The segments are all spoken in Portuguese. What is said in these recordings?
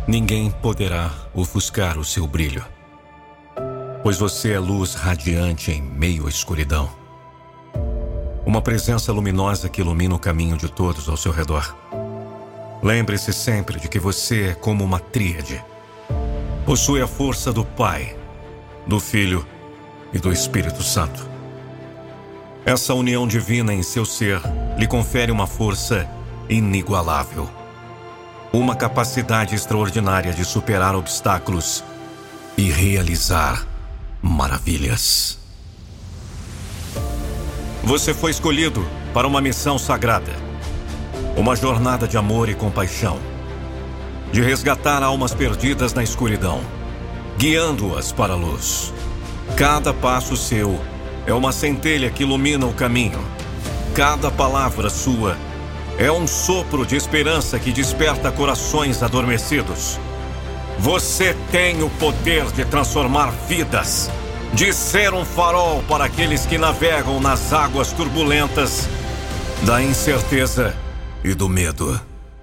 Ninguém poderá ofuscar o seu brilho, pois você é luz radiante em meio à escuridão. Uma presença luminosa que ilumina o caminho de todos ao seu redor. Lembre-se sempre de que você é como uma tríade. Possui a força do Pai, do Filho e do Espírito Santo. Essa união divina em seu ser lhe confere uma força inigualável. Uma capacidade extraordinária de superar obstáculos e realizar maravilhas. Você foi escolhido para uma missão sagrada. Uma jornada de amor e compaixão. De resgatar almas perdidas na escuridão, guiando-as para a luz. Cada passo seu é uma centelha que ilumina o caminho. Cada palavra sua é um sopro de esperança que desperta corações adormecidos. Você tem o poder de transformar vidas, de ser um farol para aqueles que navegam nas águas turbulentas da incerteza e do medo.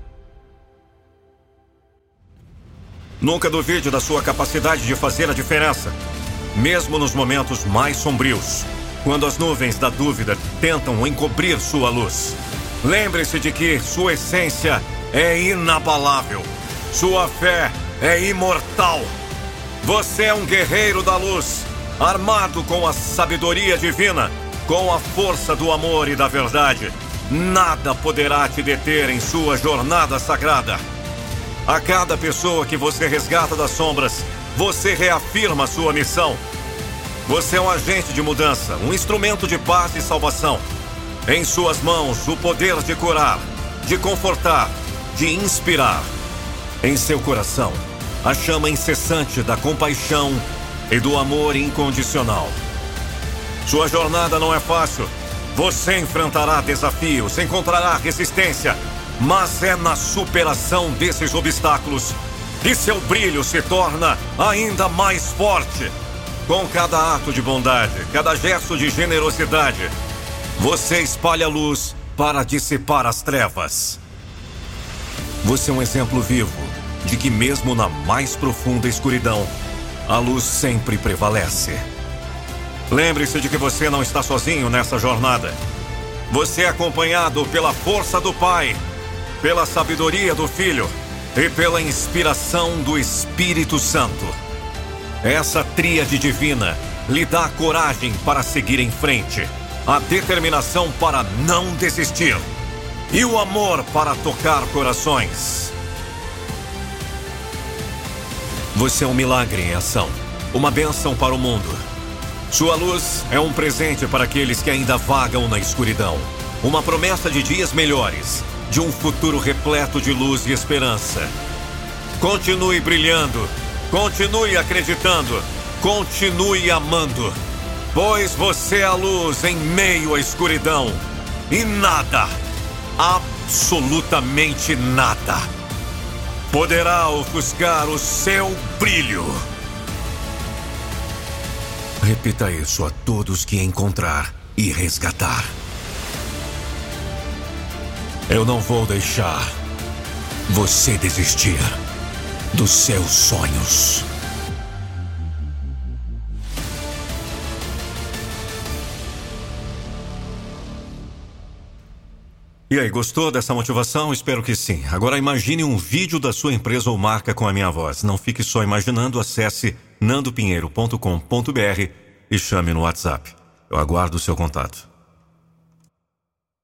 Nunca duvide da sua capacidade de fazer a diferença, mesmo nos momentos mais sombrios, quando as nuvens da dúvida tentam encobrir sua luz. Lembre-se de que sua essência é inabalável. Sua fé é imortal. Você é um guerreiro da luz, armado com a sabedoria divina, com a força do amor e da verdade. Nada poderá te deter em sua jornada sagrada. A cada pessoa que você resgata das sombras, você reafirma sua missão. Você é um agente de mudança, um instrumento de paz e salvação. Em suas mãos, o poder de curar, de confortar, de inspirar. Em seu coração, a chama incessante da compaixão e do amor incondicional. Sua jornada não é fácil. Você enfrentará desafios, encontrará resistência, mas é na superação desses obstáculos que seu brilho se torna ainda mais forte. Com cada ato de bondade, cada gesto de generosidade, você espalha luz para dissipar as trevas. Você é um exemplo vivo de que mesmo na mais profunda escuridão, a luz sempre prevalece. Lembre-se de que você não está sozinho nessa jornada. Você é acompanhado pela força do Pai, pela sabedoria do Filho e pela inspiração do Espírito Santo. Essa tríade divina lhe dá a coragem para seguir em frente, a determinação para não desistir e o amor para tocar corações. Você é um milagre em ação, uma bênção para o mundo. Sua luz é um presente para aqueles que ainda vagam na escuridão, uma promessa de dias melhores, de um futuro repleto de luz e esperança. Continue brilhando, continue acreditando, continue amando, pois você é a luz em meio à escuridão. E nada, absolutamente nada, poderá ofuscar o seu brilho. Repita isso a todos que encontrar e resgatar. Eu não vou deixar você desistir dos seus sonhos. E aí, gostou dessa motivação? Espero que sim. Agora imagine um vídeo da sua empresa ou marca com a minha voz. Não fique só imaginando, acesse nandopinheiro.com.br e chame no WhatsApp. Eu aguardo o seu contato.